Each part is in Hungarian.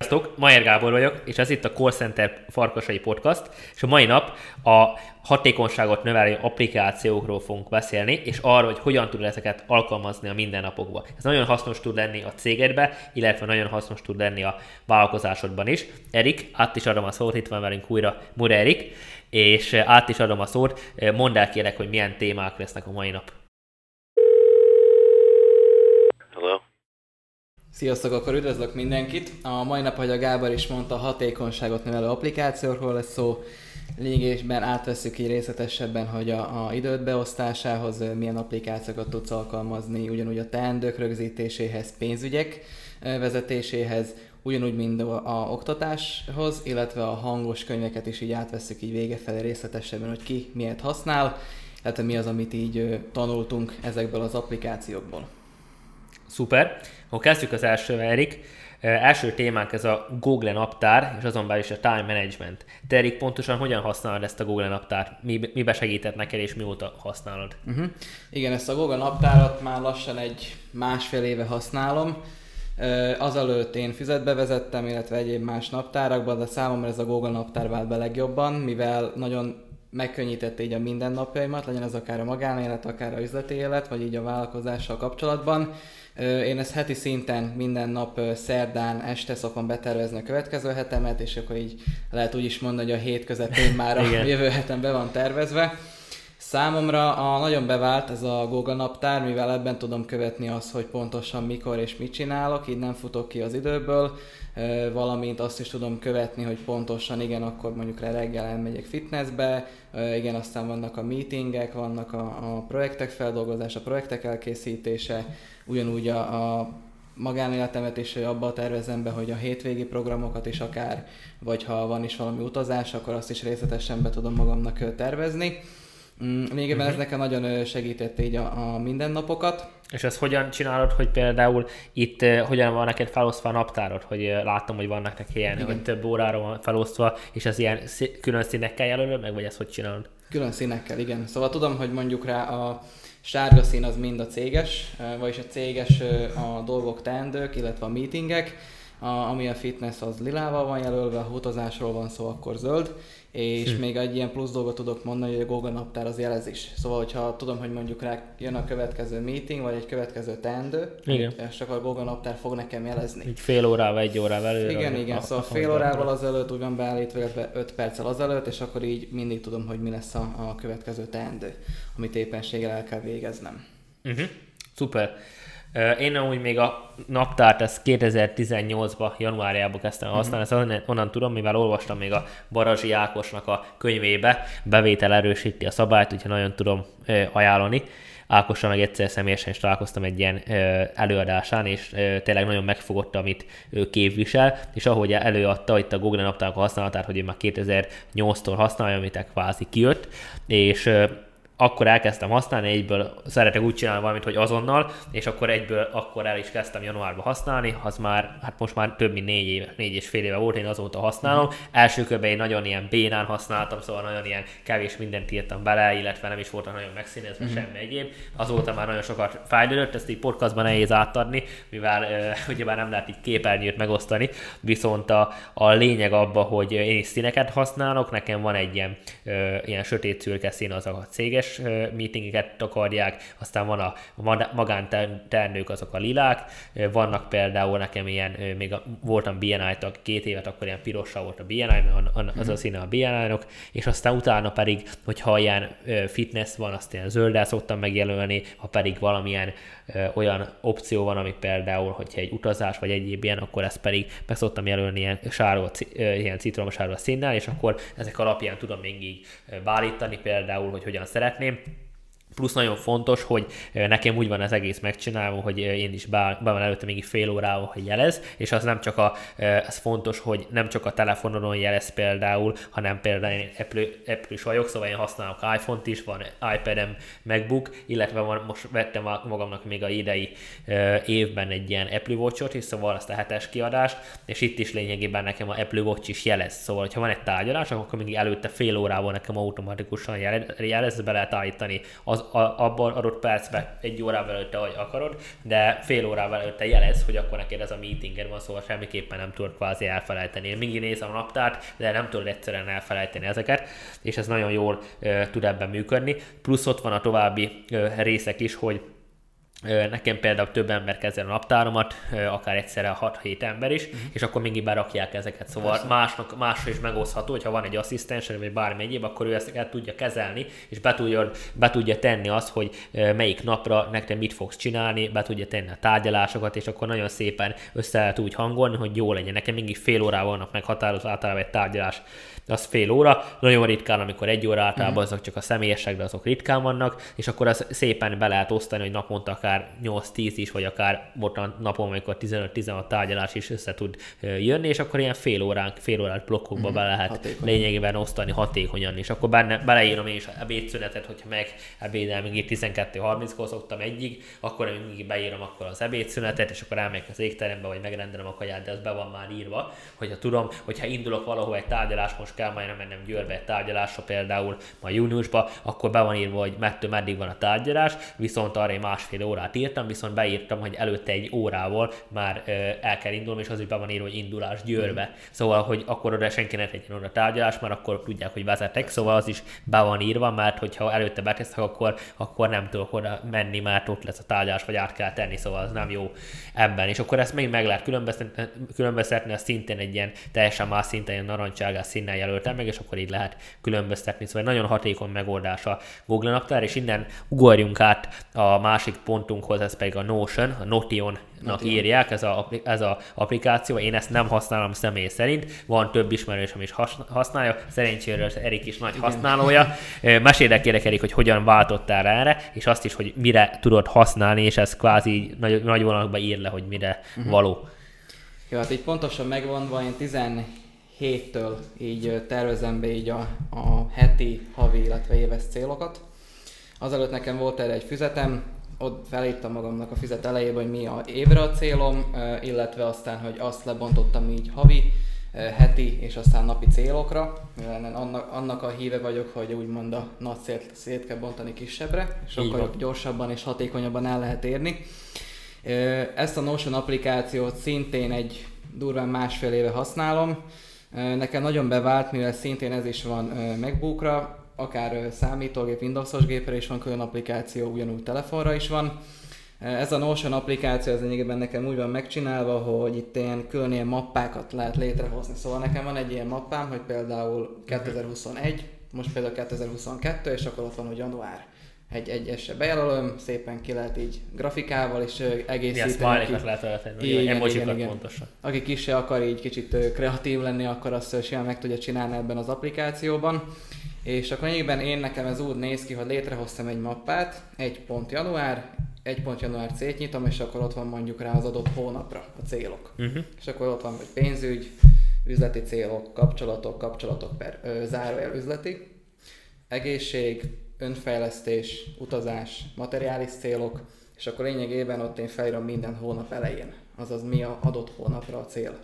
Sziasztok, Mayer Gábor vagyok, és ez itt a Call Center Farkasai Podcast, és a mai nap a hatékonyságot növelő applikációkról fogunk beszélni, és arról, hogy hogyan tudod ezeket alkalmazni a mindennapokban. Ez nagyon hasznos tud lenni a cégedbe, illetve nagyon hasznos tud lenni a vállalkozásodban is. Erik, át is adom a szót, itt van velünk újra Mura Erik, és át is adom a szót, mondd el kérlek, hogy milyen témák lesznek a mai nap. Sziasztok, akkor üdvözlök mindenkit! A mai nap, ahogy a Gábor is mondta, a hatékonyságot növelő applikációkról lesz szó. Lényegében átvesszük így részletesebben, hogy a időt beosztásához milyen applikációkat tudsz alkalmazni, ugyanúgy a teendők rögzítéséhez, pénzügyek vezetéséhez, ugyanúgy mind a oktatáshoz, illetve a hangos könyveket is így átvesszük így végefelé részletesebben, hogy ki miért használ, illetve mi az, amit így tanultunk ezekből az applikációkból. Szuper! Akkor kezdjük az elsővel, Erik. Első témánk ez a Google naptár, és azon belül is a time management. Te, Erik, pontosan hogyan használod ezt a Google naptárt? Mibe segített neked, és mióta használod? Igen, ezt a Google naptárat már lassan egy másfél éve használom. Azelőtt én füzetbe vezettem, illetve egyéb más naptárakban, de számomra ez a Google naptár vált be legjobban, mivel nagyon megkönnyítette így a mindennapjaimat, legyen ez akár a magánélet, akár a üzleti élet, vagy így a vállalkozással kapcsolatban. Én ezt heti szinten minden nap szerdán este szoktam betervezni a következő hetemet, és akkor így lehet úgy is mondani, hogy a hét közepén már a jövő hetem be van tervezve. Számomra nagyon bevált ez a Google naptár, mivel ebben tudom követni azt, hogy pontosan mikor és mit csinálok, így nem futok ki az időből, valamint azt is tudom követni, hogy pontosan igen, akkor mondjuk reggel elmegyek fitnessbe, igen, aztán vannak a meetingek, vannak a projektek feldolgozása, a projektek elkészítése, ugyanúgy a magánéletemet is abba tervezem be, hogy a hétvégi programokat is akár, vagy ha van is valami utazás, akkor azt is részletesen be tudom magamnak tervezni. Lényegében ez nekem nagyon segített így a mindennapokat. És ezt hogyan csinálod, hogy például itt hogyan van neked felosztva a naptárod? Hogy látom, hogy vannak neki ilyen, hogy több órára van felosztva, és ez ilyen külön színekkel jelölöd meg, vagy ezt hogy csinálod? Külön színekkel, igen. Szóval tudom, hogy mondjuk rá a sárga szín az mind a céges, vagyis a céges a dolgok, teendők, illetve a meetingek, ami a fitness az lilával van jelölve, ha utazásról van szó, akkor zöld, és még egy ilyen plusz dolgot tudok mondani, hogy a Google naptár az jelez is. Szóval, hogyha tudom, hogy mondjuk rá jön a következő meeting, vagy egy következő teendő, és akkor a Google naptár fog nekem jelezni. Így fél órával, egy órával előre. Igen, szóval fél órával azelőtt úgy van beállítva, illetve 5 perccel azelőtt, és akkor így mindig tudom, hogy mi lesz a következő teendő, amit éppenséggel el kell végeznem. Szuper. Én amúgy még a naptárt ezt 2018-ban, januárjában kezdtem használni, ezt onnan tudom, mivel olvastam még a Barazsi Ákosnak a könyvébe, bevétel erősíti a szabályt, úgyhogy nagyon tudom ajánlani. Ákossal meg egyszer személyesen is találkoztam egy ilyen előadásán, és tényleg nagyon megfogott, amit ő képvisel, és ahogy előadta itt a Google naptárnak a használatát, hogy ő már 2008-tól használja, amit kvázi kijött, és akkor elkezdtem használni, egyből szeretek úgy csinálni valamit, hogy azonnal, és akkor egyből akkor el is kezdtem januárban használni, az már, hát most már több mint 4,5 éve volt, én azóta használom. Első körben én nagyon ilyen bénán használtam, szóval nagyon ilyen kevés mindent írtam bele, illetve nem is voltak nagyon megszínezve, semmi egyéb. Azóta már nagyon sokat fejlődött, ezt így podcastban nehéz átadni, mivel ugyebár nem lehet így képernyőt megosztani, viszont a lényeg abban, hogy én is színeket használok, nekem van egy ilyen sötét szürke szín, az a céges meetingeket takarják, aztán van a magánterndők, azok a lilák, vannak például nekem ilyen, még voltam BNI-tag 2 évet, akkor ilyen pirossal volt a BNI, az a színe a BNI-nok, és aztán utána pedig, hogyha ilyen fitness van, azt ilyen zölddel szoktam megjelölni, ha pedig valamilyen olyan opció van, ami például, hogyha egy utazás vagy egyéb ilyen, akkor ezt pedig meg szoktam jelölni ilyen citromsárga színnel, és akkor ezek alapján tudom még így beállítani például, hogy hogyan szeretném. Plusz nagyon fontos, hogy nekem úgy van az egész megcsinálva, hogy én is be van előtte még fél órával, hogy jelez, és az nem csak ez fontos, hogy nem csak a telefonon jelez például, hanem például én Apple-is vagyok, szóval én használok iPhone-t is, van iPad-em, MacBook, illetve most vettem magamnak még a idei évben egy ilyen Apple Watch-ot is, szóval azt a 7-es kiadást, és itt is lényegében nekem a Apple Watch is jelez, szóval ha van egy tárgyalás, akkor mindig előtte fél órával nekem automatikusan jelez, be lehet állítani abban adott percben 1 órával előtte, ahogy akarod, de fél órával előtte jelez, hogy akkor neked ez a meetingen van, szóval semmiképpen nem tudod kvázi elfelejteni. Én mindig nézem a naptárt, de nem tudod egyszerűen elfelejteni ezeket, és ez nagyon jól tud ebben működni. Plusz ott van a további részek is, hogy nekem például több ember kezel a naptáromat, akár egyszerre 6-7 ember is, és akkor mindig berakják ezeket. Szóval másra is megosztható, hogyha van egy asszisztens, vagy bármi egyéb, akkor ő ezt el tudja kezelni, és be tudja tenni azt, hogy melyik napra nektek mit fogsz csinálni, be tudja tenni a tárgyalásokat, és akkor nagyon szépen össze lehet úgy hangolni, hogy jó legyen. Nekem mindig fél órával vannak meghatározva, általában egy tárgyalás az fél óra, nagyon ritkán, amikor 1 óra, általában azok csak a személyesek, de azok ritkán vannak, és akkor az szépen be lehet osztani, hogy naponta akár 8-10 is, vagy akár volt napon, amikor 15-16 tárgyalás is össze tud jönni, és akkor ilyen fél órás blokkokba be lehet lényegében osztani hatékonyan, és akkor beleírom én is ebédszünetet, hogyha meg ebédel még 12:30-kor szoktam egyig, akkor mindig beírom akkor az ebédszünetet, és akkor elmegyek az égterembe, vagy megrendelem a kaját, de ez be van már írva, hogyha tudom, hogyha indulok valahol egy tárgyalás, most kell majd mennem Győrbe egy tárgyalásra, például majd júniusban, akkor be van írva, hogy mettől meddig van a tárgyalás, viszont arra egy 1,5 órát írtam, viszont beírtam, hogy előtte 1 órával már el kell indulnom, és az is be van írva, hogy indulás Győrbe. Szóval, hogy akkor oda senki ne tegyen oda tárgyalás, mert akkor tudják, hogy vezetek, szóval az is be van írva, mert hogyha előtte beteszek, akkor nem tudok oda menni, mert ott lesz a tárgyalás, vagy át kell tenni, szóval az nem jó ebben. És akkor ezt még meg lehet különböztetni, ez szintén egy ilyen teljesen más szinten, ilyen narancsárgás színnel jelöltem meg, és akkor így lehet különböztetni. Szóval egy nagyon hatékony megoldás a Google Naptár, és innen ugorjunk át a másik pontunkhoz, ez pedig a Notion, a Notion-nak írják, ez a applikáció. Én ezt nem használom személy szerint, van több ismerősöm is használja, szerencsére az Erik is nagy használója. Mesélj kérlek, Erik, hogy hogyan váltottál rá erre, és azt is, hogy mire tudod használni, és ez kvázi nagy vonalakba ír le, hogy mire való. Jó, hát így pontosan megvonva, én 17-től így tervezem be így a heti, havi, illetve éves célokat. Azelőtt nekem volt erre egy füzetem, ott felírtam magamnak a füzet elejében, hogy mi a évre a célom, illetve aztán, hogy azt lebontottam így havi, heti és aztán napi célokra. Annak a híve vagyok, hogy úgymond a nagy célt szét kell bontani kisebbre, és sokkal gyorsabban és hatékonyabban el lehet érni. Ezt a Notion applikációt szintén egy durván 1,5 éve használom. Nekem nagyon bevált, mivel szintén ez is van MacBookra, akár számítógép, Windowsos gépre is van külön applikáció, ugyanúgy telefonra is van. Ez a Notion applikáció az lényegében nekem úgy van megcsinálva, hogy itt külön ilyen mappákat lehet létrehozni. Szóval nekem van egy ilyen mappám, hogy például 2021, most például 2022, és akkor ott van, hogy január. Egy esre bejelölöm, szépen ki lehet így grafikával is egészíteni. Ilyen smiley-kat lehet tenni, emojikat pontosan. Aki kis akar így kicsit kreatív lenni, akkor azt simán meg tudja csinálni ebben az applikációban. És akkor nekem ez úgy néz ki, hogy létrehoztam egy mappát, 1.január célt nyitom, és akkor ott van mondjuk rá az adott hónapra a célok. És akkor ott van, hogy pénzügy, üzleti célok, kapcsolatok per zárójel üzleti, egészség, önfejlesztés, utazás, materiális célok, és akkor lényegében ott én felírom minden hónap elején, azaz mi a adott hónapra a cél.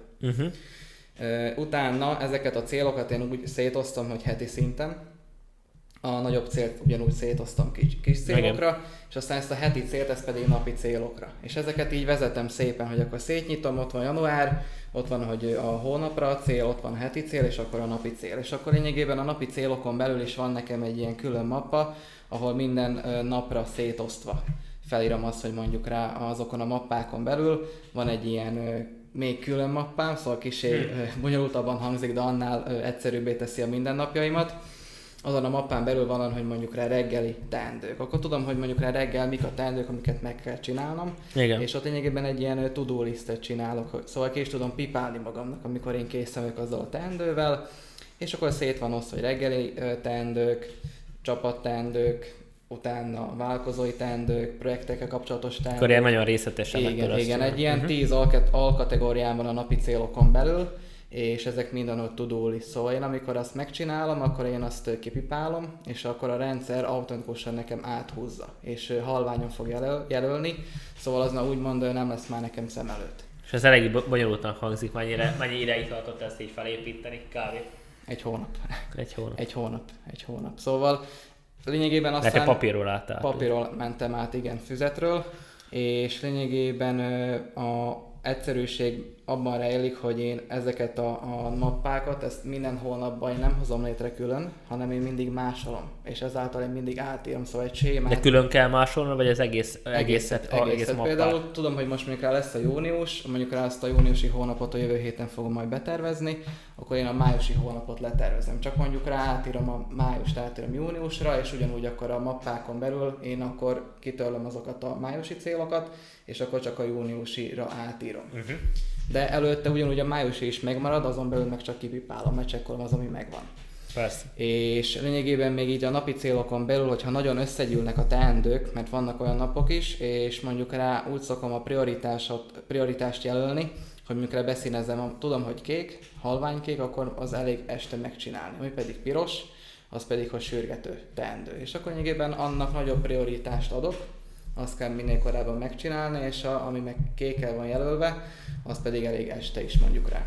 Utána ezeket a célokat én úgy szétoztam, hogy heti szinten, a nagyobb célt ugyanúgy szétoztam kis célokra, és aztán ezt a heti célt, ezt pedig napi célokra. És ezeket így vezetem szépen, hogy akkor szétnyitom, ott van január, ott van, hogy a hónapra a cél, ott van a heti cél, és akkor a napi cél. És akkor lényegében a napi célokon belül is van nekem egy ilyen külön mappa, ahol minden napra szétosztva felírom azt, hogy mondjuk rá azokon a mappákon belül van egy ilyen még külön mappám, szóval kicsit bonyolultabban hangzik, de annál egyszerűbbé teszi a mindennapjaimat. Azon a mappán belül van, hogy mondjuk rá reggeli teendők. Akkor tudom, hogy mondjuk rá reggel mik a teendők, amiket meg kell csinálnom. Igen. És ott lényegében egy ilyen to-do listet csinálok, szóval ki is tudom pipálni magamnak, amikor én készen vagyok azzal a teendővel. És akkor szét van osztva, hogy reggeli teendők, csapatteendők, utána vállalkozói teendők, projektekkel kapcsolatos teendők. Akkor ilyen nagyon részletesen Igen, egy ilyen 10 alkategórián van a napi célokon belül, és ezek minden ott to-do list. Szóval én amikor azt megcsinálom, akkor én azt kipipálom, és akkor a rendszer automatikusan nekem áthúzza, és halványon fog jelölni, szóval az úgymond nem lesz már nekem szem előtt. És ez elég bonyolultnak hangzik, mennyi ideig tartott ezt így felépíteni kb. Egy hónap. Szóval Lényegében aztán... Mert te papírról álltál. Papírról mentem át, igen, füzetről, és lényegében a egyszerűség abban rejlik, hogy én ezeket a mappákat, ezt minden hónapban én nem hozom létre külön, hanem én mindig másolom, és ezáltal én mindig átírom, szóval egy sémát. De külön kell másolni, vagy az egészet mappát? Például tudom, hogy most mondjuk lesz a június, mondjuk rá azt a júniusi hónapot a jövő héten fogom majd betervezni, akkor én a májusi hónapot letervezem. Csak mondjuk rá átírom a májust, átírom júniusra, és ugyanúgy akkor a mappákon belül én akkor kitörlöm azokat a májusi célokat, és akkor csak a júniusira átírom. De előtte ugyanúgy a májusi is megmarad, azon belül meg csak kipipálom, megcsekkolom az, ami megvan. Persze. És lényegében még így a napi célokon belül, hogyha nagyon összegyűlnek a teendők, mert vannak olyan napok is, és mondjuk rá úgy szokom a prioritást jelölni, hogy mondjuk rá beszínezem, tudom, hogy kék, halványkék, akkor az elég este megcsinálni. Ami pedig piros, az pedig, hogy sürgető teendő. És akkor lényegében annak nagyobb prioritást adok, azt kell minél korábban megcsinálni, és ami meg kékkel van jelölve, az pedig elég este is mondjuk rá.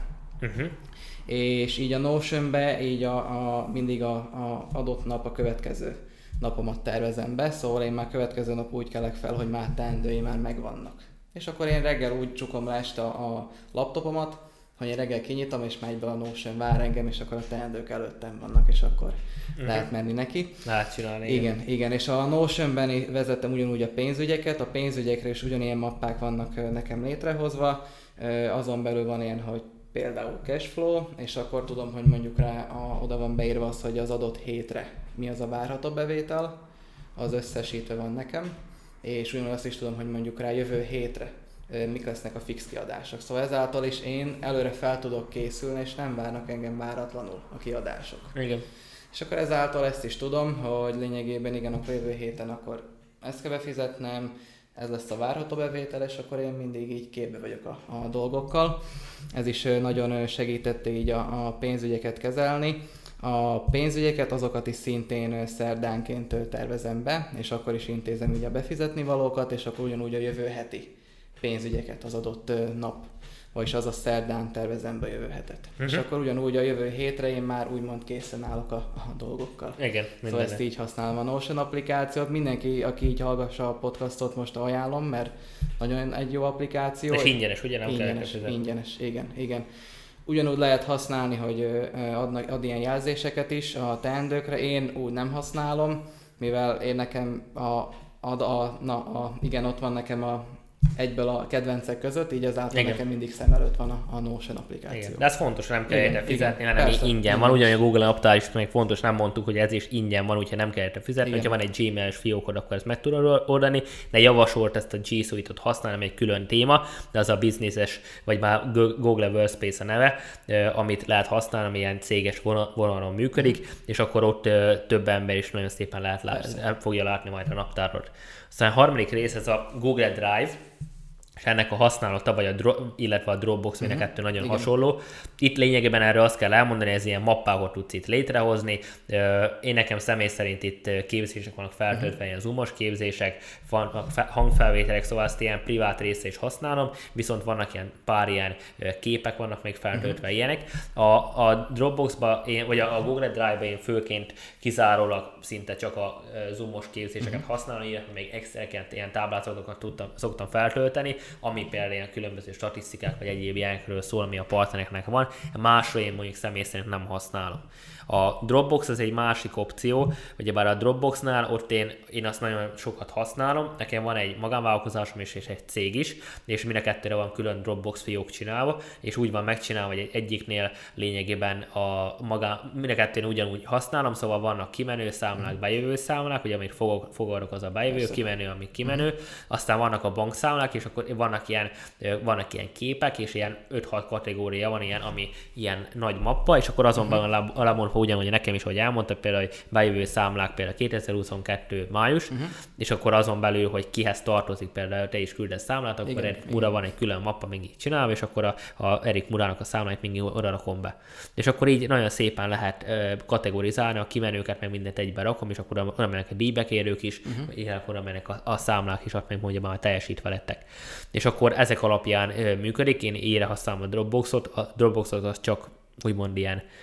És így a Notion-be így mindig a adott nap a következő napomat tervezem be, szóval én már következő nap úgy kelek fel, hogy már teendői már megvannak. És akkor én reggel úgy csukom le este a laptopomat, hogy én reggel kinyitom, és már egyből a Notion vár engem, és akkor a teendők előttem vannak, és akkor lehet menni neki. Lehet csinálni. Igen. És a Notion-ben vezettem ugyanúgy a pénzügyeket, a pénzügyekre is ugyanilyen mappák vannak nekem létrehozva, azon belül van ilyen, hogy például cashflow, és akkor tudom, hogy mondjuk rá oda van beírva az, hogy az adott hétre mi az a várható bevétel, az összesítve van nekem, és ugyanúgy azt is tudom, hogy mondjuk rá jövő hétre mik lesznek a fix kiadások. Szóval ezáltal is én előre fel tudok készülni, és nem várnak engem váratlanul a kiadások. Igen. És akkor ezáltal ezt is tudom, hogy lényegében igen, akkor jövő héten akkor ezt kell befizetnem, ez lesz a várható bevétel, és akkor én mindig így képbe vagyok a dolgokkal. Ez is nagyon segítette így a pénzügyeket kezelni. A pénzügyeket, azokat is szintén szerdánként tervezem be, és akkor is intézem így a befizetni valókat, és akkor ugyanúgy a jövő heti pénzügyeket az adott nap, vagyis az a szerdán tervezem be a jövő hetet. És akkor ugyanúgy a jövő hétre én már úgymond készen állok a dolgokkal. Igen, szóval ezt így használom a Notion applikációt. Mindenki, aki így hallgassa a podcastot, most ajánlom, mert nagyon egy jó applikáció. És ingyenes, ugye? Nem ingyenes, igen. Ugyanúgy lehet használni, hogy ad ilyen jelzéseket is a teendőkre. Én úgy nem használom, mivel én nekem igen, ott van nekem egyből a kedvencek között, így ezáltal nekem mindig szem előtt van a Notion applikáció. Igen. De ez fontos, nem kell érte fizetni, hanem persze, ingyen van. Ugyanúgy a Google Naptár is még fontos, nem mondtuk, hogy ez is ingyen van, úgyhogy nem kell érte fizetni. Ha van egy Gmail-es fiókod, akkor ezt meg tudod oldani, de javasolt ezt a G Suite-ot használni, egy külön téma, de az a business-es, vagy már Google Workspace a neve, amit lehet használni, ami ilyen céges vonalon működik, és akkor ott több ember is nagyon szépen fogja látni majd a naptárot. Aztán a harmadik rész, ez a Google Drive, és ennek a használata, vagy illetve a Dropbox, mind a kettő nagyon hasonló. Itt lényegében erről azt kell elmondani, ez ilyen mappákat tudsz itt létrehozni. Én nekem személy szerint itt képzések vannak feltöltve, ilyen zoomos képzések, hangfelvételek, szóval ezt ilyen privát része is használom, viszont vannak pár ilyen képek vannak még feltöltve ilyenek. A Dropboxba, vagy a Google Drive-ba én főként kizárólag szinte csak a zoomos képzéseket használom, illetve még Excel-ként ilyen táblázatokat szoktam feltölteni, ami például ilyen különböző statisztikák vagy egyéb ilyenekről szól, ami a partnereknek van. Másról én mondjuk személy szerint nem használom. A Dropbox az egy másik opció, ugyebár a Dropboxnál ott én azt nagyon sokat használom, nekem van egy magánvállalkozásom és egy cég is, és mind a kettőre van külön Dropbox fiók csinálva, és úgy van megcsinálva, hogy egyiknél lényegében mind a kettőn ugyanúgy használom, szóval vannak kimenő számlák, bejövő számlák, ugye amit fogadok az a bejövő, kimenő, ami kimenő, aztán vannak a bankszámlák, és akkor vannak ilyen képek, és ilyen 5-6 kategória van ilyen, ami ilyen nagy mappa, és akkor azonban alapon ugyanúgy nekem is, hogy elmondta, például, hogy bejövő számlák például 2022. május, és akkor azon belül, hogy kihez tartozik, például te is küldesz számlát, akkor Erik Mura van egy külön mappa, még így csinálva, és akkor a Erik Murának a számláit mindig oda rakom be. És akkor így nagyon szépen lehet kategorizálni, a kimenőket meg mindent egybe rakom, és akkor oda mennek a díjbekérők is, akkor oda mennek a számlák is, ott meg mondja már teljesítve lettek. És akkor ezek alapján működik, én ére használom a Dropboxot az csak úgymond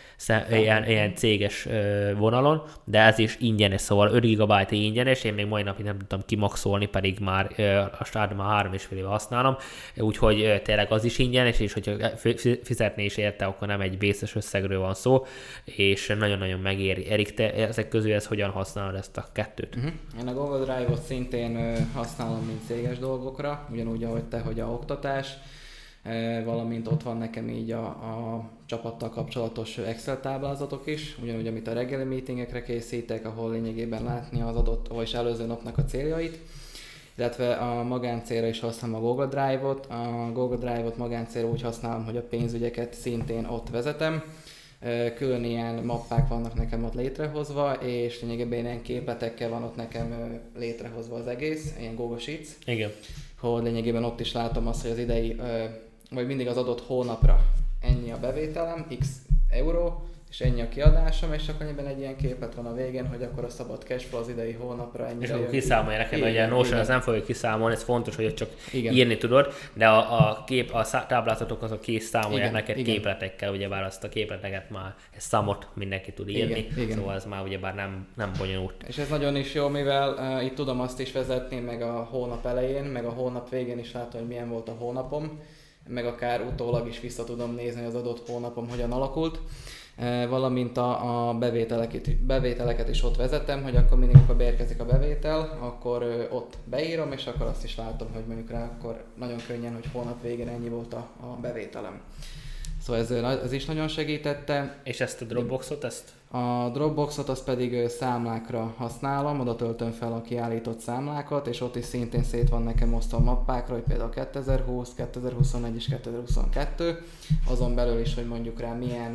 ilyen céges vonalon, de ez is ingyenes, szóval 5 GB ingyenes, én még mai napig nem tudtam kimaxolni, pedig már a start már 3,5 éve használom, úgyhogy tényleg az is ingyenes, és hogyha fizetni is érte, akkor nem egy vészes összegről van szó, és nagyon-nagyon megéri. Erik, te ezek közül ezt hogyan használod ezt a kettőt? Én a Google Drive-ot szintén használom, mint céges dolgokra, ugyanúgy, ahogy te, hogy a oktatás, valamint ott van nekem így a csapattal kapcsolatos Excel táblázatok is, ugyanúgy, amit a reggeli meetingekre készítek, ahol lényegében látni az adott, vagyis előző napnak a céljait, illetve a magáncélra is használom a Google Drive-ot. A Google Drive-ot magáncélra úgy használom, hogy a pénzügyeket szintén ott vezetem. Külön ilyen mappák vannak nekem ott létrehozva, és lényegében ilyen képletekkel van ott nekem létrehozva az egész, ilyen Google Sheets. Igen. Hogy lényegében ott is látom azt, hogy az idei, vagy mindig az adott hónapra ennyi a bevételem, x euró, és ennyi a kiadásom, és akkor ennyiben egy ilyen képlet van a végén, hogy akkor a szabad cashflow az idei hónapra ennyi. És akkor kiszámolja neked, hogy a Notion az nem fogja kiszámolni, ez fontos, hogy csak igen. írni tudod, de a táblázatok azok kiszámolják neked igen. képletekkel, ugyebár azt a képleteket már, ezt számot mindenki tud írni, igen. Szóval ez már ugyebár nem bonyolult. És ez nagyon is jó, mivel itt tudom azt is vezetni, meg a hónap elején, meg a hónap végén is látom, hogy milyen volt a hónapom, meg akár utólag is vissza tudom nézni, hogy az adott hónapom hogyan alakult. Valamint a bevételeket is ott vezetem, hogy akkor mindig, amikor beérkezik a bevétel, akkor ott beírom, és akkor azt is látom, hogy mondjuk rá akkor nagyon könnyen, hogy hónap végén ennyi volt a bevételem. Szóval ez is nagyon segítette. És ezt a Dropboxot, A Dropboxot azt pedig számlákra használom, oda töltöm fel a kiállított számlákat, és ott is szintén szét van nekem osztva mappákra, hogy például 2020, 2021 és 2022, azon belül is, hogy mondjuk rá milyen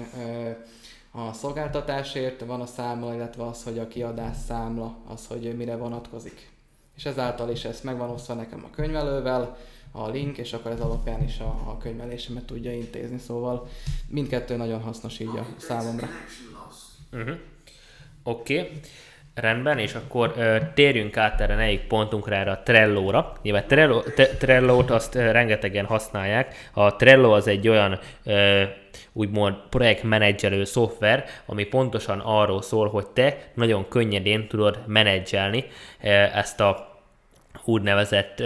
a szolgáltatásért van a számla, illetve az, hogy a kiadás számla, az, hogy mire vonatkozik. És ezáltal is ezt megvan osztva nekem a könyvelővel, a link, és akkor ez alapján is a könyvelésemet tudja intézni, szóval mindkettő nagyon hasznos így a számomra. Oké. Rendben, és akkor térjünk át erre negyedik pontunkra, erre a Trello-ra. Nyilván Trello-t azt rengetegen használják. A Trello az egy olyan úgymond projektmenedzselő szoftver, ami pontosan arról szól, hogy te nagyon könnyedén tudod menedzselni ezt a úgynevezett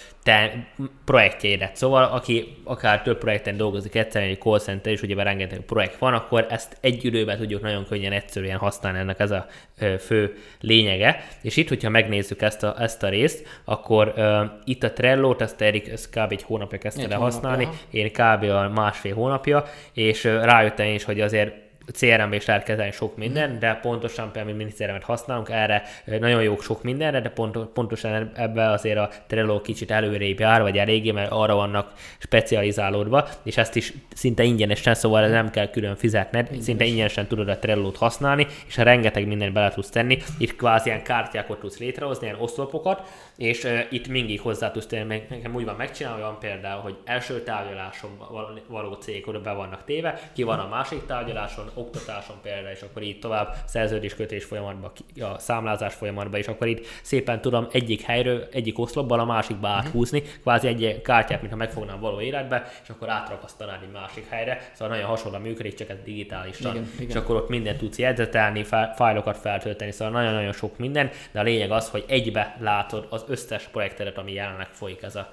projektjeidet. Szóval aki akár több projekten dolgozik egyszerűen, egy call center, és ugye rengeteg projekt van, akkor ezt egy időben tudjuk nagyon könnyen, egyszerűen használni, ennek ez a fő lényege. És itt, hogyha megnézzük ezt a részt, akkor itt a Trello-t, ezt Erik kb. Egy hónapja kezdte el használni, én kb. A 1,5 hónapja, és rájöttem én is, hogy azért CRM-be is lehet kezelni sok minden, de pontosan például, mint CRM-et használunk, erre nagyon jók sok mindenre, de pontosan ebben azért a Trello kicsit előrébb jár, vagy eléggé, mert arra vannak specializálódva, és ezt is szinte ingyenesen, szóval nem kell külön fizetned, szinte ingyenesen tudod a Trello-t használni, és rengeteg mindent bele tudsz tenni. Itt kvázi ilyen kártyákat tudsz létrehozni, ilyen oszlopokat, és itt mindig hozzá tudsz tenni, nekem úgy van megcsinálva, van például, hogy első tárgyaláson való cégek be vannak téve, ki van a másik tárgyaláson, oktatáson például, és akkor így tovább szerződéskötés folyamatban, a számlázás folyamatban, és akkor itt szépen tudom egyik helyről, egyik oszlopban a másikba áthúzni, kvázi egy kártyát, mintha megfognám való életbe, és akkor átrakasztanád egy másik helyre, szóval nagyon hasonlóan működik, csak ez digitálisan. Igen. És akkor ott mindent tudsz jegyzetelni, fájlokat feltölteni, szóval nagyon-nagyon sok minden, de a lényeg az, hogy egybe látod az összes projektedet, ami jelenleg folyik, ez a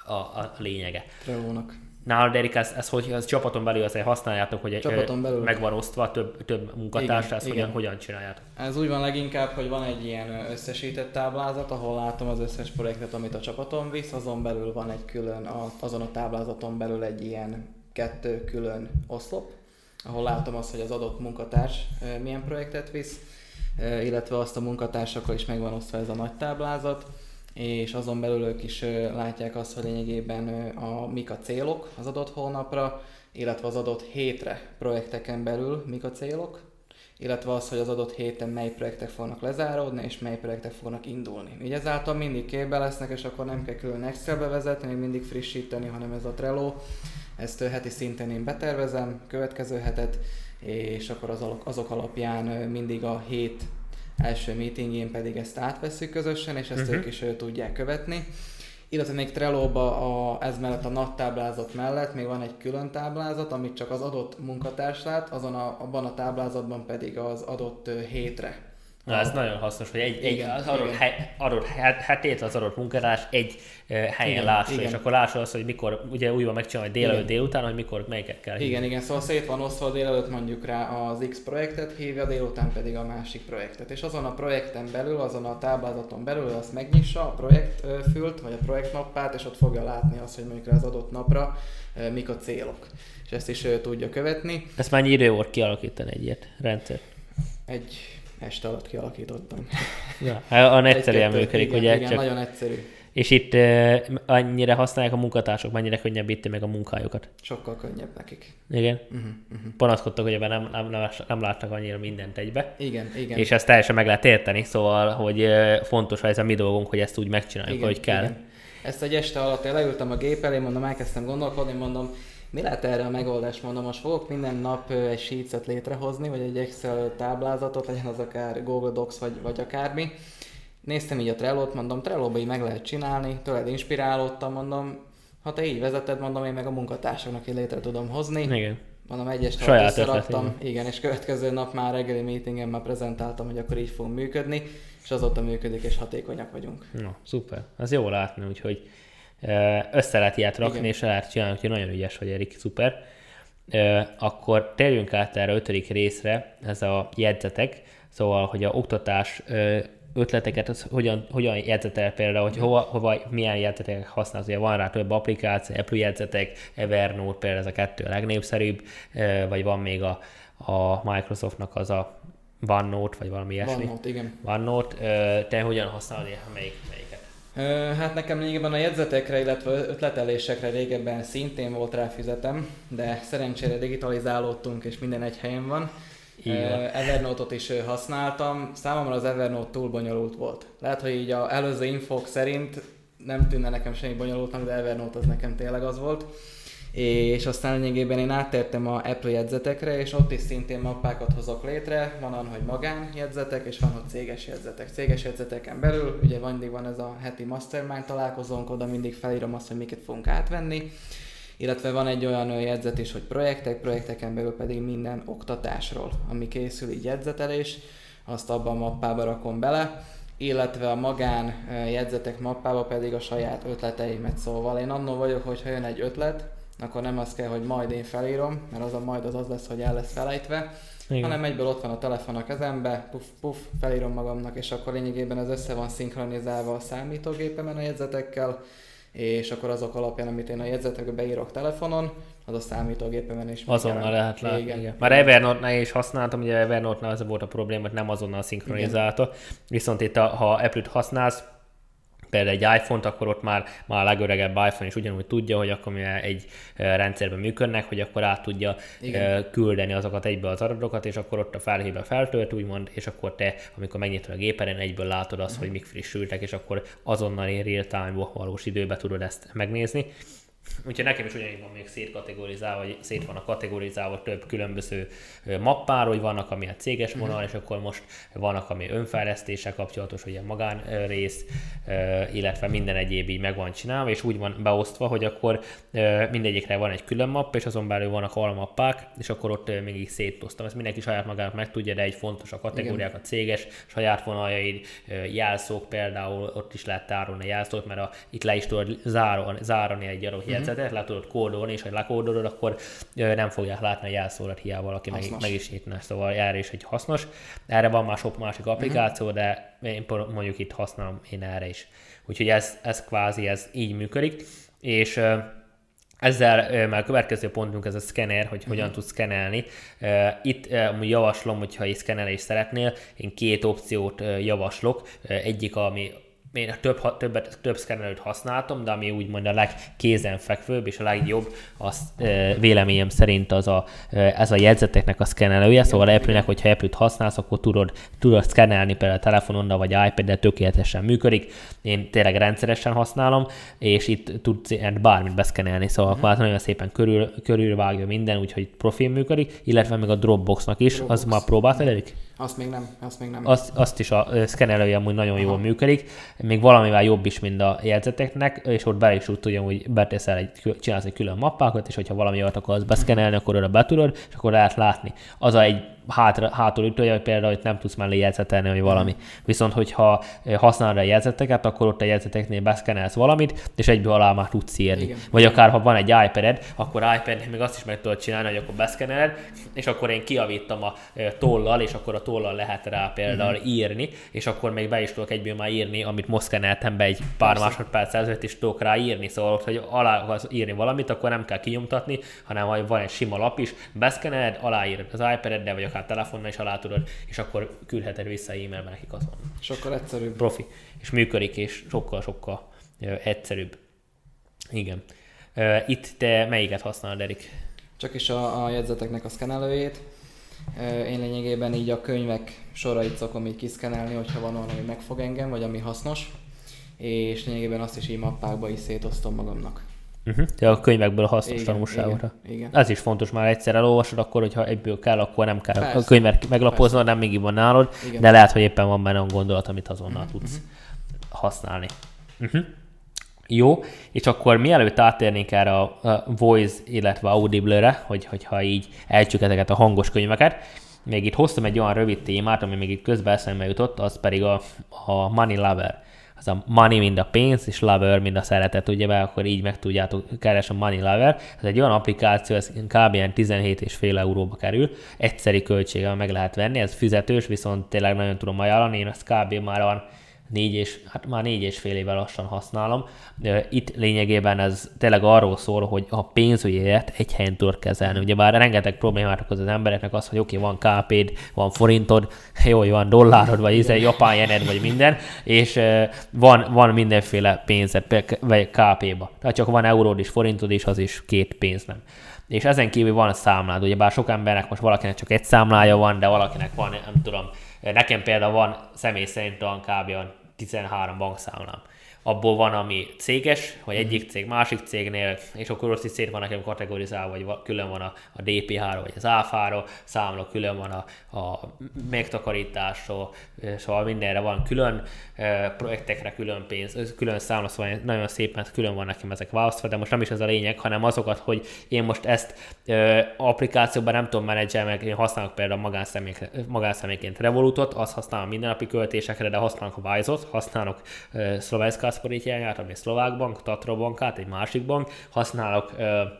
lényege. Trello-nak. Nálad, Erik, ez hogy az csapaton belül azért használjátok, hogy meg van osztva több munkatárs, ezt hogyan csináljátok? Ez úgy van leginkább, hogy van egy ilyen összesített táblázat, ahol látom az összes projektet, amit a csapaton visz, azon belül van egy külön, azon a táblázaton belül egy ilyen 2 külön oszlop, ahol látom azt, hogy az adott munkatárs milyen projektet visz, illetve azt a munkatársakkal is meg van osztva ez a nagy táblázat, és azon belül ők is látják azt, hogy lényegében mik a célok az adott hónapra, illetve az adott hétre projekteken belül mik a célok, illetve az, hogy az adott héten mely projektek fognak lezáródni, és mely projektek fognak indulni. Így ezáltal mindig képbe lesznek, és akkor nem kell külön Excelbe vezetni, még mindig frissíteni, hanem ez a Trello. Ezt heti szinten én betervezem, következő hetet, és akkor azok alapján mindig a hét első meetingén pedig ezt átveszünk közösen, és ezt ők is tudják követni. Illetve még Trello-ba ez mellett a NAT táblázat mellett még van egy külön táblázat, amit csak az adott munkatárs lát, abban a táblázatban pedig az adott hétre. Na, ez nagyon hasznos, hogy az adott hetét az adott munkatárs egy helyen lássa, és akkor lássa azt, hogy mikor, ugye úgy van megcsinálni délelőtt, délután, hogy mikor melyiket kell hívni. Igen, szóval szét van osztva, délelőtt mondjuk rá az X projektet hívja, délután pedig a másik projektet. És azon a projekten belül, azon a táblázaton belül azt megnyissa a projektfült, vagy a projektmappát, és ott fogja látni azt, hogy mondjuk az adott napra mik a célok. És ezt is tudja követni. Ezt mennyi idő volt kialakítani egy ilyet rendszert? Egy este alatt kialakítottam. Ja, egyszerűen működik, ugye? Igen, csak... nagyon egyszerű. És itt annyira használják a munkatársok, mennyire könnyebbíti meg a munkájukat? Sokkal könnyebb nekik. Igen? Panaszkodtak, hogy ebben nem láttak annyira mindent egybe. Igen. És ezt teljesen meg lehet érteni, szóval, hogy fontos, hogy ez a mi dolgunk, hogy ezt úgy megcsináljuk, ahogy kell. Igen. Ezt egy este alatt én leültem a gép elé, mondom, elkezdtem gondolkodni, mondom, mi lehet erre a megoldás? Mondom, most fogok minden nap egy sheetset létrehozni, vagy egy Excel táblázatot, legyen az akár Google Docs, vagy akármi. Néztem így a Trello-t, mondom, Trello-ba így meg lehet csinálni, tőled inspirálódtam, mondom, ha te így vezeted, mondom, én meg a munkatársaknak így létre tudom hozni. Igen. Mondom, egy este alatt összeraktam, igen, és következő nap már reggeli meetingen már prezentáltam, hogy akkor így fogunk működni, és azóta működik, és hatékonyak vagyunk. Na, szuper. Az jó látni, úgyhogy össze lehet ilyet rakni, igen. És lehet csinálni, úgyhogy nagyon ügyes vagy, Erik, szuper. Akkor térjünk át erre 5. részre, ez a jegyzetek, szóval, hogy a oktatás ötleteket, az hogyan jegyzetel például, hogy hova milyen jegyzeteket használsz, ugye van rá több applikáció, Apple jegyzetek, Evernote például ez a 2 a legnépszerűbb, vagy van még a Microsoftnak az a OneNote, vagy valami ilyesmi. OneNote, igen. OneNote, te hogyan használod melyiket? Hát nekem lényegében a jegyzetekre, illetve ötletelésekre régebben szintén volt rá füzetem, de szerencsére digitalizálódtunk, és minden egy helyen van. Evernote-ot is használtam. Számomra az Evernote túl bonyolult volt. Lehet, hogy így az előző infók szerint nem tűnne nekem semmi bonyolultnak, de Evernote az nekem tényleg az volt. És aztán lényegében én áttértem a Apple jegyzetekre, és ott is szintén mappákat hozok létre. Van olyan, hogy magánjegyzetek, és van, hogy céges jegyzetek. Céges jegyzeteken belül, ugye mindig van ez a heti mastermind találkozónk, oda mindig felírom azt, hogy miket fogunk átvenni. Illetve van egy olyan jegyzet is, hogy projekteken belül pedig minden oktatásról, ami készül, így jegyzetelés, azt abban a mappába rakom bele, illetve a magán jegyzetek mappába pedig a saját ötleteimet. Szóval én annól vagyok, hogy ha jön egy ötlet, akkor nem az kell, hogy majd én felírom, mert az a majd az lesz, hogy el lesz felejtve, igen. Hanem egyből ott van a telefon a kezembe, puff, felírom magamnak, és akkor lényegében ez össze van szinkronizálva a számítógépemen a jegyzetekkel, és akkor azok alapján, amit én a jegyzetekbe beírok telefonon, az a számítógépemen is. Azonnal lehet látni. Igen. Már Evernote-nál is használtam, ugye Evernote-nál az volt a probléma, hogy nem azonnal szinkronizálta. Viszont itt, ha Apple-t használsz, például egy iPhone-t, akkor ott már a legöregebb iPhone is ugyanúgy tudja, hogy akkor mivel egy rendszerben működnek, hogy akkor át tudja küldeni azokat egybe az adatokat, és akkor ott a felhívva feltölt, úgymond, és akkor te, amikor megnyitod a gépeden, egyből látod azt, hogy mik frissültek, és akkor azonnal real time-ba, valós időben tudod ezt megnézni. Úgyhogy nekem is ugyanígy van még szétkategorizálva, vagy szét van a kategorizálva több különböző mappáról, hogy vannak, ami a céges vonal, és akkor most vannak, ami önfejlesztéssel kapcsolatos, ugye magánrész, illetve minden egyéb így meg van csinálva, és úgy van beosztva, hogy akkor mindegyikre van egy külön mapp, és azon belül vannak almappák, és akkor ott még így szétoztam. Ezt mindenki saját magának meg tudja, de egy fontos a kategóriák, a céges, saját vonaljaid, jelszók például, ott is lehet tárolni a jelszót, mert itt le is tudod zárni egy adott jegyzetet, le tudod kódolni, és ha lekódolod, akkor nem fogják látni a jelszórat, hiába valaki meg is nyitna. Szóval erre is egy hasznos. Erre van már sok másik applikáció, de én mondjuk itt használom én erre is. Úgyhogy ez kvázi ez így működik. És ezzel már a következő pontunk ez a szkenner, hogy hogyan tudsz szkennelni. Itt javaslom, hogyha egy szkennelést szeretnél, én 2 opciót javaslok. Egyik, ami én több szkennelőt használtam, de ami úgymond a legkézenfekvőbb és a legjobb, az véleményem szerint ez a jegyzeteknek a szkennelője, szóval Apple-nek, hogyha Apple-t használsz, akkor tudod szkennelni például a telefononnal vagy iPad-del, tökéletesen működik. Én tényleg rendszeresen használom, és itt tudsz bármit beszkennelni, szóval nagyon szépen körülvágja minden, úgyhogy profil működik, illetve még a Dropboxnak is, az már próbáltad, Erik? Azt még nem. Azt is a szkennelője amúgy nagyon jól működik, még valamivel jobb is, mint a jegyzeteknek, és ott be is tudja, hogy beteszel csinálsz egy külön mappákat, és hogyha valami olyat akarsz beszkennelni, akkor oda betudod, és akkor lehet látni. Az egy hátulütője, hogy például hogy nem tudsz mellé jegyzetelni, vagy valami. Viszont, hogyha használod a jegyzeteket, akkor ott a jegyzeteknél beszkennelsz valamit, és egyből alá már tudsz írni. Igen. Vagy akár, ha van egy iPad-ed, akkor iPad-nél még azt is meg tudod csinálni, hogy akkor beszkenneled, és akkor én kiavítom a tollal, és akkor a tollal lehet rá például írni, és akkor még be is tudok egyből már írni, amit most szkenneltem be egy pár másodperc előtt, és tudok rá írni. Szóval, hogy alá akarsz írni valamit, akkor nem kell kinyomtatni, hanem ha van egy sima lap is, beszkenneled, aláírod az iPad-eddel, vagy akár telefonnal is alá tudod, és akkor küldheted vissza e-mailben nekik, az van. Sokkal egyszerűbb. Profi. És működik, és sokkal egyszerűbb. Igen. Itt te melyiket használod, Erik? Csak is a jegyzeteknek a szkennelőjét. Én lényegében így a könyvek sorait szokom így kiszkennelni, hogyha van valami megfog engem, vagy ami hasznos. És lényegében azt is így mappákba is szétosztom magamnak. De a könyvekből a hasznos tanulságokra. Igen. Ez is fontos, már egyszer elolvasod, akkor hogyha egyből kell, akkor nem kell a könyvet meglapoznod, nem még van nálad, igen. De lehet, hogy éppen van benne a gondolat, amit azonnal tudsz használni. Jó, és akkor mielőtt átérnénk erre a Voice, illetve Audible-re, hogyha így elcsük ezeket a hangos könyveket, még itt hoztam egy olyan rövid témát, ami még itt közben eszembe jutott, az pedig a Money Lover. Az a money, mind a pénz, és lover, mind a szeretet, ugye, mert akkor így meg tudjátok keresni a Money Lover. Ez egy olyan applikáció, ez kb. 17,5 euróba kerül, egyszeri költséggel meg lehet venni, ez fizetős, viszont tényleg nagyon tudom ajánlani, én ezt kb. Már 4,5 éve lassan használom. Itt lényegében ez tényleg arról szól, hogy a pénzügyet egy helyen tudod kezelni. Ugye bár rengeteg problémát okoz az embereknek az, hogy oké, van KP-d, van forintod, jó, hogy van dollárod, vagy japán jened, vagy minden, és van mindenféle pénzed, vagy KP-ba. Tehát csak van euród is, forintod is, az is két pénz nem. És ezen kívül van számlád, ugye bár sok embernek most valakinek csak egy számlája van, de valakinek van, nem tudom, nekem például van személy szerint olyan kb. 13 bankszámlám. Abból van, ami céges, vagy egyik cég másik cégnél, és akkor ott is szét van nekem kategorizálva, vagy külön van a DPH-ról, vagy az áfáról, számla külön van a megtakarításról, szóval mindenre van külön, projektekre külön pénz, külön számla, szóval nagyon szépen külön van nekem ezek választva, de most nem is ez a lényeg, hanem azokat, hogy én most ezt applikációban nem tudom menedzselni, meg én használok például magánszemélyként Revolutot, azt használom mindennapi költésekre, de használok a Wise-ot, használok Szlovenska Sporitiányát, ami szlovák bank, Tatra bankát, egy másik bank, használok,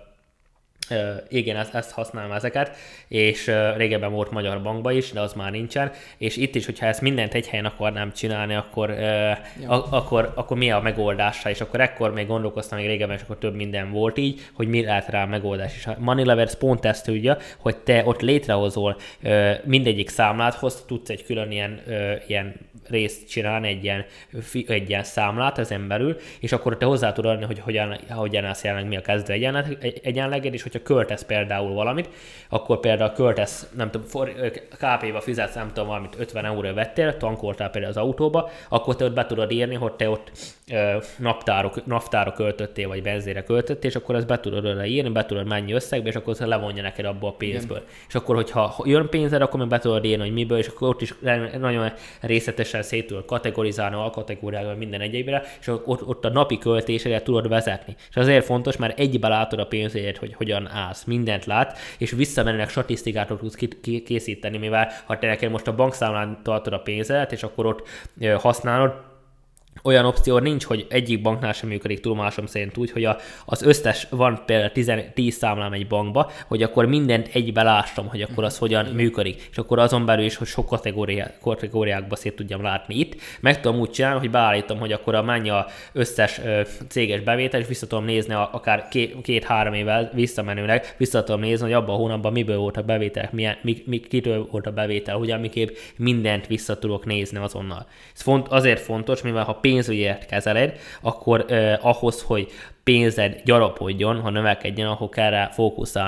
igen, ezt használom ezeket, és régebben volt Magyar Bankban is, de az már nincsen, és itt is, hogyha ezt mindent egy helyen akarnám csinálni, akkor mi a megoldása, és akkor ekkor még gondolkoztam, még régebben, és akkor több minden volt így, hogy mi lehet rá a megoldás. És a Money Lover pont ezt tudja, hogy te ott létrehozol mindegyik számláthoz, tudsz egy külön ilyen részt csinálni, egy ilyen számlát ezen belül, és akkor te hozzá tudod adni, hogy hogyan állsz jelenleg, mi a kezdő egyenleged, és hogyha költesz például valamit, akkor például költesz, nem tudom, KP-ba fizetsz, nem tudom, valamit 50 euróra vettél, tankoltál például az autóba, akkor te ott be tudod írni, hogy te ott naptára költöttél, vagy benzére költöttél, és akkor ezt be tudod oda írni, be tudod mennyi összegbe, és akkor azt levonja neked abból a pénzből. Igen. És akkor, hogyha jön pénzed, akkor meg be tudod írni, hogy miből, és akkor ott is nagyon részletesen szét tudod kategorizálni, alkategóriákkal, minden egyébre, és ott a napi költésedet tudod vezetni. És azért fontos, mert egyben látod a pénzédet, hogy hogyan állsz, mindent lát, és visszamenőleg statisztikát tudsz készíteni, mivel ha te neked most a bankszámlán tartod a pénzedet, és akkor ott használod, olyan opció nincs, hogy egyik banknál sem működik tudomásom szerint úgy, hogy az összes van például 10 számlám egy bankba, hogy akkor mindent egybe lássam, hogy akkor az hogyan működik. És akkor azon belül is, hogy sok kategóriákba szét tudjam látni itt. Meg tudom úgy csinálni, hogy beállítom, hogy akkor mennyi az összes céges bevétel, és vissza tudom nézni akár 2-3 évvel visszamenőleg, vissza tudom nézni, hogy abban a hónapban miből volt a bevétel, kitől volt a bevétel, hogyan miképp mindent vissza tudok nézni azonnal. Ez azért fontos, mivel ha pénzügyet kezeled, akkor ahhoz, hogy pénzed gyarapodjon, ha növekedjen, akkor kell rá fókuszálni.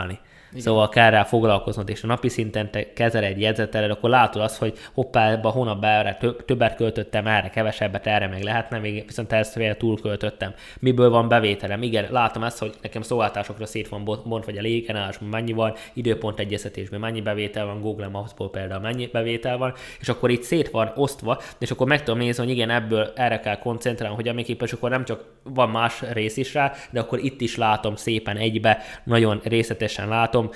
Igen. Szóval kell rá foglalkoznod, és a napi szinten te kezel egy jegyzeteled, akkor látod azt, hogy hoppá, ebben a hónapban erre többet költöttem, erre kevesebbet, erre meg lehetne, még viszont ezt fél túlköltöttem. Miből van bevételem? Igen, látom ezt, hogy nekem szolgáltásokra szét van bontva, vagy a léggenerálásban mennyi van, időpont egyeztetésben mennyi bevétel van, Google Maps-ból például mennyi bevétel van, és akkor itt szét van osztva, és akkor meg tudom nézni, hogy igen, ebből erre kell koncentrálni, hogy amiképpen, és akkor nem csak van más rész is rá, de akkor itt is látom szépen egybe, nagyon részletesen látom.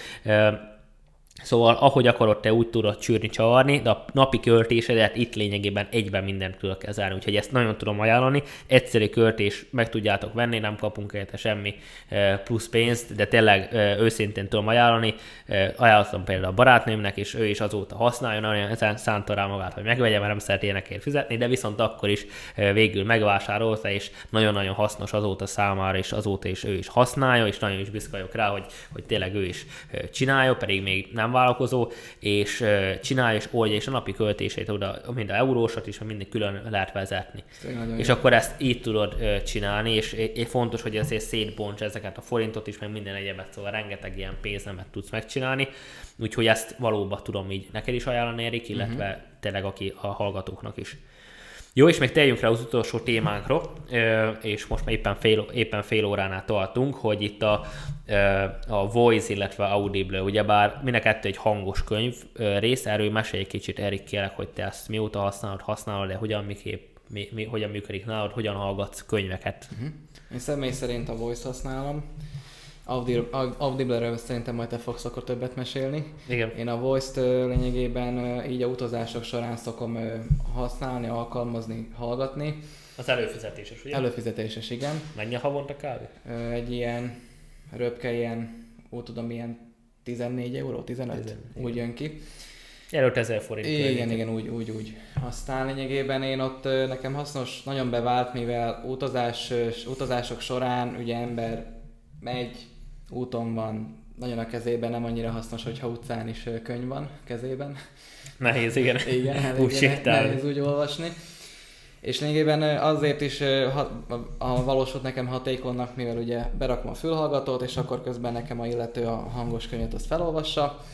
Szóval ahogy akarod, te úgy tudod csűrni, csavarni, de a napi költésedet itt lényegében egyben mindent tudok kezelni, úgyhogy ezt nagyon tudom ajánlani. Egyszerű költés meg tudjátok venni, nem kapunk érte semmi plusz pénzt, de tényleg őszintén tudom ajánlani. Ajánlottam például a barátnőmnek, és ő is azóta használja, nagyon ezen szánta rá magát, hogy megvegye, mert nem szeret ilyenekért fizetni, de viszont akkor is végül megvásárolta, és nagyon-nagyon hasznos azóta számára, és azóta is ő is használja, és nagyon is büszke vagyok rá, hogy tényleg ő is csinálja, pedig még nem vállalkozó, és csinálja és oldja, és a napi költését oda, mind a eurósat is, mindig külön lehet vezetni. És akkor ezt így tudod csinálni, és fontos, hogy azért szétbonts ezeket a forintot is, meg minden egyebet, szóval rengeteg ilyen pénznemet tudsz megcsinálni, úgyhogy ezt valóban tudom így neked is ajánlani, Erik, illetve tényleg a hallgatóknak is. Jó, és még térjünk rá az utolsó témánkra, és most már éppen fél óránál tartunk, hogy itt a Voice, illetve Audible, ugyebár mind a kettő egy hangos könyv rész, erről mesélj egy kicsit, Erik, kérlek, hogy te ezt mióta használod, de hogyan működik nálad, hogyan hallgatsz könyveket? Én személy szerint a Voice használom. Audible-ről szerintem majd te fogsz akkor többet mesélni. Igen. Én a Voice-t lényegében így a utazások során szokom használni, alkalmazni, hallgatni. Az előfizetéses, ugye? Előfizetéses, igen. Mennyi a havonta kb? Egy ilyen röpke, úgy tudom, ilyen 14 euró, 15, úgy jön ki. Előtt 1000 forint. Igen, úgy. Aztán lényegében én ott nekem hasznos, nagyon bevált, mivel utazások során ugye ember megy, úton van, nagyon a kezében, nem annyira hasznos, hogyha utcán is könyv van kezében. Nehéz, igen. Igen, nehéz úgy olvasni. És lényegében azért is valósult nekem hatékonynak, mivel ugye berakom a fülhallgatót, és akkor közben nekem a illető a hangos könyvet azt felolvassa,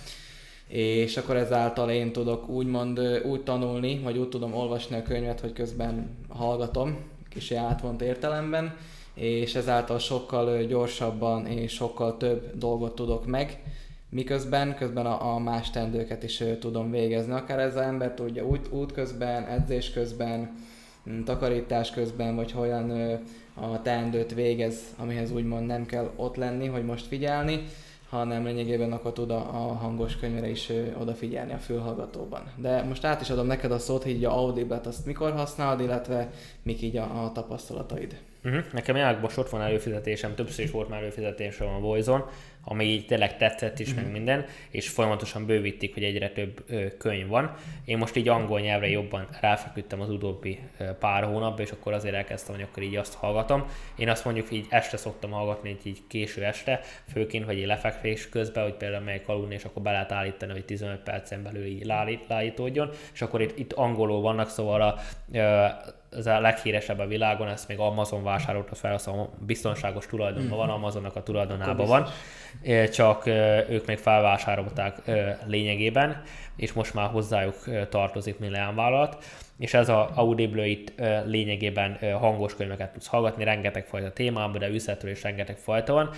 és akkor ezáltal én tudok úgymond úgy tanulni, vagy úgy tudom olvasni a könyvet, hogy közben hallgatom, kicsi átvont értelemben, és ezáltal sokkal gyorsabban és sokkal több dolgot tudok meg, miközben a más teendőket is tudom végezni. Akár ez az ember tudja út közben, edzés közben, takarítás közben, vagy olyan a teendőt végez, amihez úgymond nem kell ott lenni, hogy most figyelni, hanem lényegében akkor tud a hangos könyvre is odafigyelni a fülhallgatóban. De most át is adom neked a szót, hogy így a Audible-t azt mikor használod, illetve mik így a tapasztalataid. Nekem jágban ott van előfizetésem, többször is volt már előfizetésem a Voice-on, ami így tényleg tetszett is, meg minden, és folyamatosan bővítik, hogy egyre több könyv van. Én most így angol nyelvre jobban ráfeküdtem az utóbbi pár hónapban, és akkor azért elkezdtem, hogy akkor így azt hallgatom. Én azt mondjuk így este szoktam hallgatni, így késő este, főként, vagy így lefekvés közben, hogy például melyik aludni, és akkor be lehet állítani, hogy 15 percen belül így lállítódjon, és akkor itt angolul vannak, szóval ez a leghíresebb a világon, ezt még Amazon vásárolta fel, szóval biztonságos tulajdonban van, Amazonnak a tulajdonában van, csak ők még felvásárolták lényegében, és most már hozzájuk tartozik, mint leányvállalat, és ez az Audible itt lényegében hangos könyveket tudsz hallgatni, rengeteg fajta témában, de üzletről is rengeteg fajta van.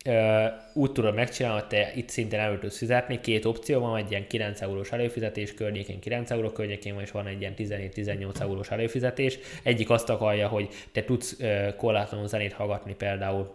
Úgy tudod megcsinálni, hogy te itt szintén elő tudsz fizetni, két opció van, egy ilyen 9 eurós előfizetés környékén, 9 euró környékén van, és van egy ilyen 17-18 eurós előfizetés. Egyik azt akarja, hogy te tudsz korlátlanul zenét hallgatni például,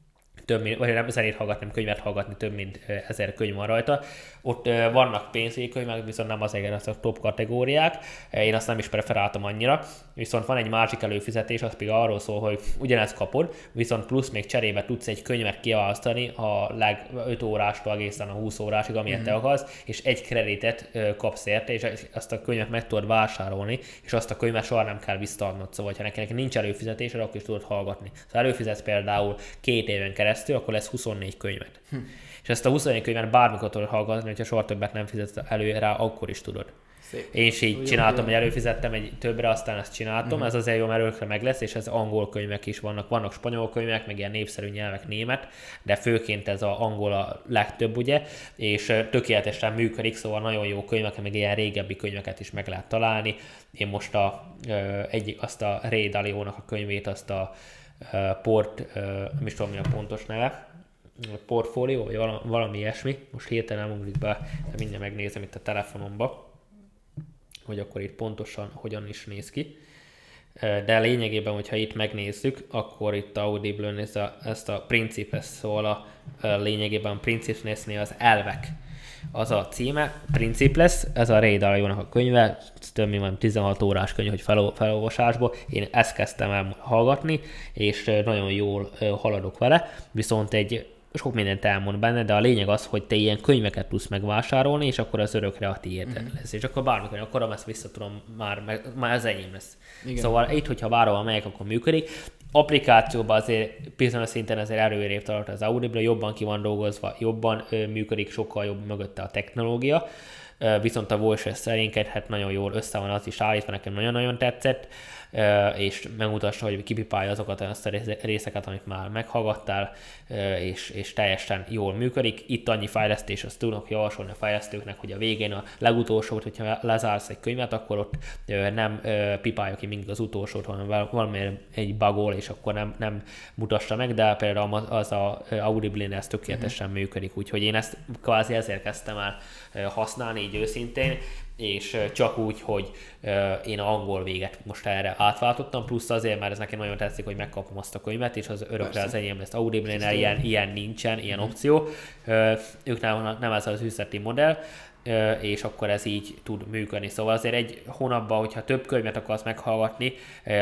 vagy nem zenét hallgatni, nem könyvet hallgatni, több mint 1000 könyv van rajta. Ott vannak pénzügyi könyvek, viszont nem az a top kategóriák, én azt nem is preferáltam annyira, viszont van egy másik előfizetés, az pedig arról szól, hogy ugyanezt kapod, viszont plusz még cserébe tudsz egy könyvet kiválasztani a 5 órástól egészen a 20 órásig, amilyet te akarsz, és egy kreditet kapsz érte, és azt a könyvet meg tudod vásárolni, és azt a könyvet soha nem kell visszaadnod. Szóval, ha nekinek nincs előfizetésed, akkor is tudod hallgatni. Szóval előfizetsz például 2 éven keresztül, akkor lesz 24 könyvet. És ezt a 24 könyvet bármikor tudod hallgatni, hogyha soha többet nem fizetsz elő rá, akkor is tudod. Szép. Én is így csináltam, hogy előfizettem egy többre, aztán ezt csináltam. Ez azért jó, mert örökre meg lesz, és ez angol könyvek is vannak spanyol könyvek, meg ilyen népszerű nyelvek német, de főként ez az angol a legtöbb, ugye, és tökéletesen működik, szóval nagyon jó könyvek, meg ilyen régebbi könyveket is meg lehet találni. Én most azt a Ray Dalio-nak a könyvét, azt a nem is tudom mi a pontos neve, portfólió, vagy valami ilyesmi, most hirtelen nem ugrik be, de mindjárt megnézem itt a telefonomba, hogy akkor itt pontosan hogyan is néz ki. De lényegében, hogyha itt megnézzük, akkor itt Audible-ön ezt a Principes, szóval lényegében Principesnél az elvek. Az a címe, Principles, ez a Ray Dalio-nak a könyve, több mint 16 órás könyv, hogy felolvasásból. Én ezt kezdtem el hallgatni, és nagyon jól haladok vele, viszont sok mindent elmond benne, de a lényeg az, hogy te ilyen könyveket tudsz megvásárolni, és akkor az örökre a tiéd lesz. És akkor bármikor akarom, ezt vissza tudom, már az enyém lesz. Igen. Szóval itt, hogyha bárhol megyek, akkor működik. Applikációban azért bizonyos szinten azért előrébb tart az Audible, jobban ki van dolgozva, jobban működik, sokkal jobb mögötte a technológia. Viszont a voice szerénykedhet, nagyon jól össze van az is állítva, nekem nagyon-nagyon tetszett, és megmutassa, hogy kipipálja azokat a részeket, amit már meghallgattál, és teljesen jól működik. Itt annyi fejlesztés, azt tudok javasolni a fejlesztőknek, hogy a végén a legutolsót, hogyha lezársz egy könyvet, akkor ott nem pipálja ki mindig az utolsót, hanem valamiért egy bugol, és akkor nem mutassa meg, de például az a Audible-nél ez tökéletesen működik, úgyhogy én ezt kvázi ezért kezdtem el használni, így őszintén, és csak úgy, hogy én angol véget most erre átváltottam, plusz azért, mert ez nekem nagyon tetszik, hogy megkapom azt a könyvet, és az örökre az enyém lesz. Audible-nél ilyen nincsen, ilyen opció. Ők nem ez az üzleti modell, és akkor ez így tud működni. Szóval azért egy hónapban, hogyha több könyvet akarsz meghallgatni,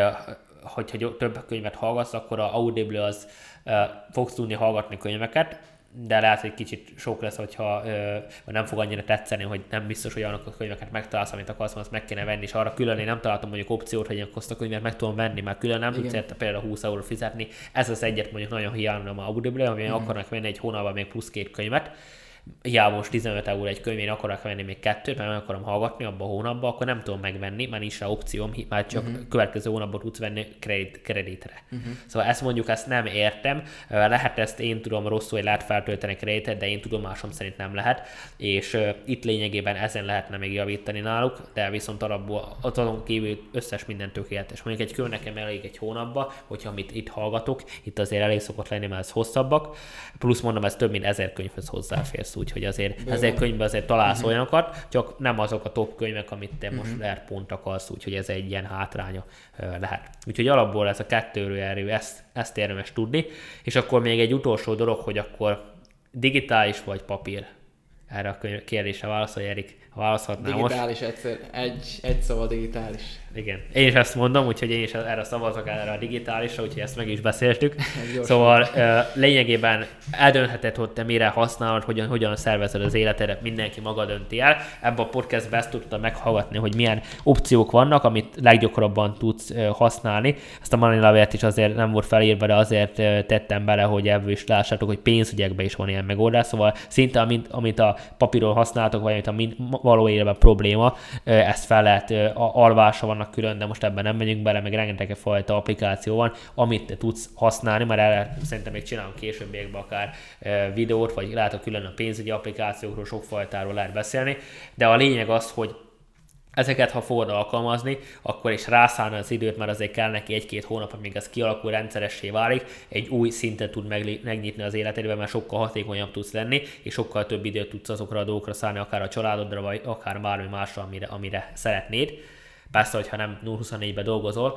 hogyha több könyvet hallgatsz, akkor a Audible az fogsz tudni hallgatni könyveket, de lehet, hogy kicsit sok lesz, hogyha nem fog annyira tetszeni, hogy nem biztos, hogy annak a könyveket megtalálsz, amit akarsz, azt meg kéne venni, és arra külön én nem találtam mondjuk opciót, hogy akkor azt a könyvet meg tudom venni, mert külön nem tudsz érte például 20 euró fizetni. Ez az egyet mondjuk nagyon hiányolom a Audible, ami akarnak venni egy hónapban még plusz 2 könyvet. Hiába most 15 euró egy könyv, én akarok venni még 2-t, mert meg akarom hallgatni abban a hónapban, akkor nem tudom megvenni, mert nincs rá opcióm, már csak következő hónapban tudsz venni kreditre. Szóval ezt nem értem, lehet ezt én tudom rosszul, hogy lehet feltölteni kreditet, de én tudomásom szerint nem lehet, és itt lényegében ezen lehetne még javítani náluk, de viszont azon kívül összes minden tökéletes. Mondjuk egy könyv nekem elég egy hónapba, hogyha amit itt hallgatok, itt azért elég szokott lenni, mert ez hosszabbak, plusz mondom, ez több mint 1000 könyvhöz hozzáférsz, úgyhogy azért 1000 könyvben azért találsz olyanokat, csak nem azok a top könyvek, amit te most lehet pont akarsz, úgyhogy ez egy ilyen hátránya lehet. Úgyhogy alapból ez a 2 erő, ezt érdemes tudni, és akkor még egy utolsó dolog, hogy akkor digitális vagy papír? Erre a kérdésre válaszolj, Erik. Ha választhatnál digitális most. Egyszer, egy szóval digitális. Igen. Én is ezt mondom, úgyhogy én is erre szavazok, erre a digitálisra, úgyhogy ezt meg is beszéltük. Szóval lényegében eldöntheted, hogy te mire használod, hogyan szervezed az életedet, mindenki maga dönti el. Ebben a podcastben ezt tudtam meghallgatni, hogy milyen opciók vannak, amit leggyakrabban tudsz használni. Ezt a Money Lover-t is azért nem volt felírva, de azért tettem bele, hogy ebből is lássátok, hogy pénzügyekben is van ilyen megoldás. Szóval szinte, amit a papíron használtok, vagy amit a való életben probléma, ezt fel lehet, alvása vannak külön, de most ebben nem megyünk bele, meg rengeteg fajta applikáció van, amit te tudsz használni, mert erre szerintem még csinálunk későbbiekben akár videót, vagy látok külön a pénzügyi applikációkról, sok fajtáról lehet beszélni, de a lényeg az, hogy ezeket, ha fogod alkalmazni, akkor is rászállna az időt, mert azért kell neki 1-2 hónap, amíg ez kialakul, rendszeressé válik, egy új szinten tud megnyitni az életedben, mert sokkal hatékonyabb tudsz lenni, és sokkal több időt tudsz azokra a dolgokra szállni, akár a családodra, vagy akár bármi másra, amire szeretnéd. Persze, hogyha nem 0-24-ben dolgozol,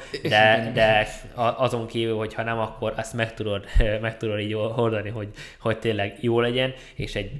de azon kívül, hogyha nem, akkor ezt meg tudod így oldani, hogy tényleg jó legyen, és egy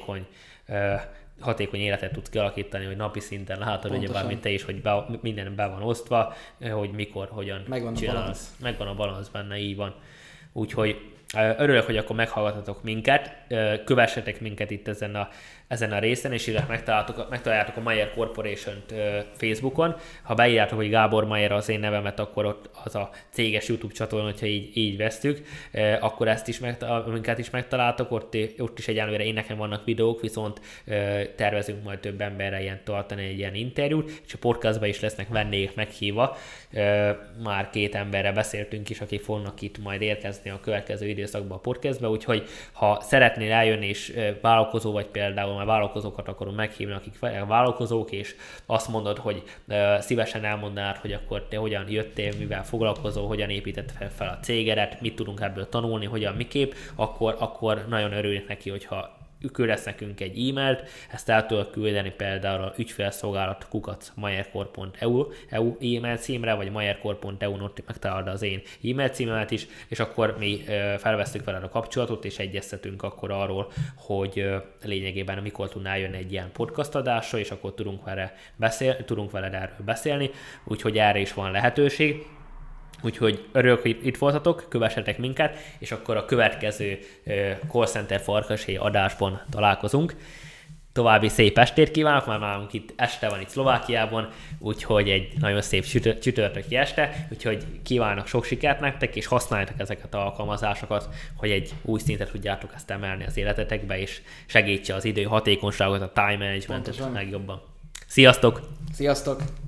hatékony életet tudsz kialakítani, hogy napi szinten látod, ugyebár, mint te is, hogy minden be van osztva, hogy mikor, hogyan csinálsz. Megvan a balansz benne, így van. Úgyhogy Örülök, hogy akkor meghallgatatok minket, kövessetek minket itt ezen a részen, és ide megtaláljátok a Mayer Corporation-t Facebookon. Ha beírjátok, hogy Gábor Mayer az én nevemet, akkor ott az a céges YouTube csatorna, hogyha így vesztük, akkor ezt is minket is megtaláltok, ott is egyelőre én nekem vannak videók, viszont tervezünk majd több emberrel tartani egy ilyen interjút, és a podcastban is lesznek vendégek meghívva. Már 2 emberre beszéltünk is, akik fognak itt majd érkezni a következő időszakban a podcastba, úgyhogy ha szeretnél eljönni és vállalkozó vagy például, már vállalkozókat akarom meghívni, akik vállalkozók, és azt mondod, hogy szívesen elmondanád, hogy akkor te hogyan jöttél, mivel foglalkozol, hogyan építetted fel a cégedet, mit tudunk ebből tanulni, hogyan miképp, akkor nagyon örülünk neki, hogyha küldesz nekünk egy e-mailt, ezt el tudod küldeni például a ügyfélszolgálat@mayercore.eu e-mail címre, vagy mayercore.eu-n ott megtalálod az én e-mail címemet is, és akkor mi felvesztük veled a kapcsolatot, és egyeztetünk akkor arról, hogy lényegében mikor tudnál jönni egy ilyen podcast adásra, és akkor tudunk veled erről beszélni, úgyhogy erre is van lehetőség. Úgyhogy örülök, hogy itt voltatok, kövessetek minket, és akkor a következő Call Center Farkashéj adásban találkozunk. További szép estét kívánok, már nálunk itt este van itt Szlovákiában, úgyhogy egy nagyon szép csütörtöki este, úgyhogy kívánok sok sikert nektek, és használjátok ezeket az alkalmazásokat, hogy egy új szintet tudjátok ezt emelni az életetekbe, és segítse az idő hatékonyságot, a time managementet legjobban. Sziasztok! Sziasztok!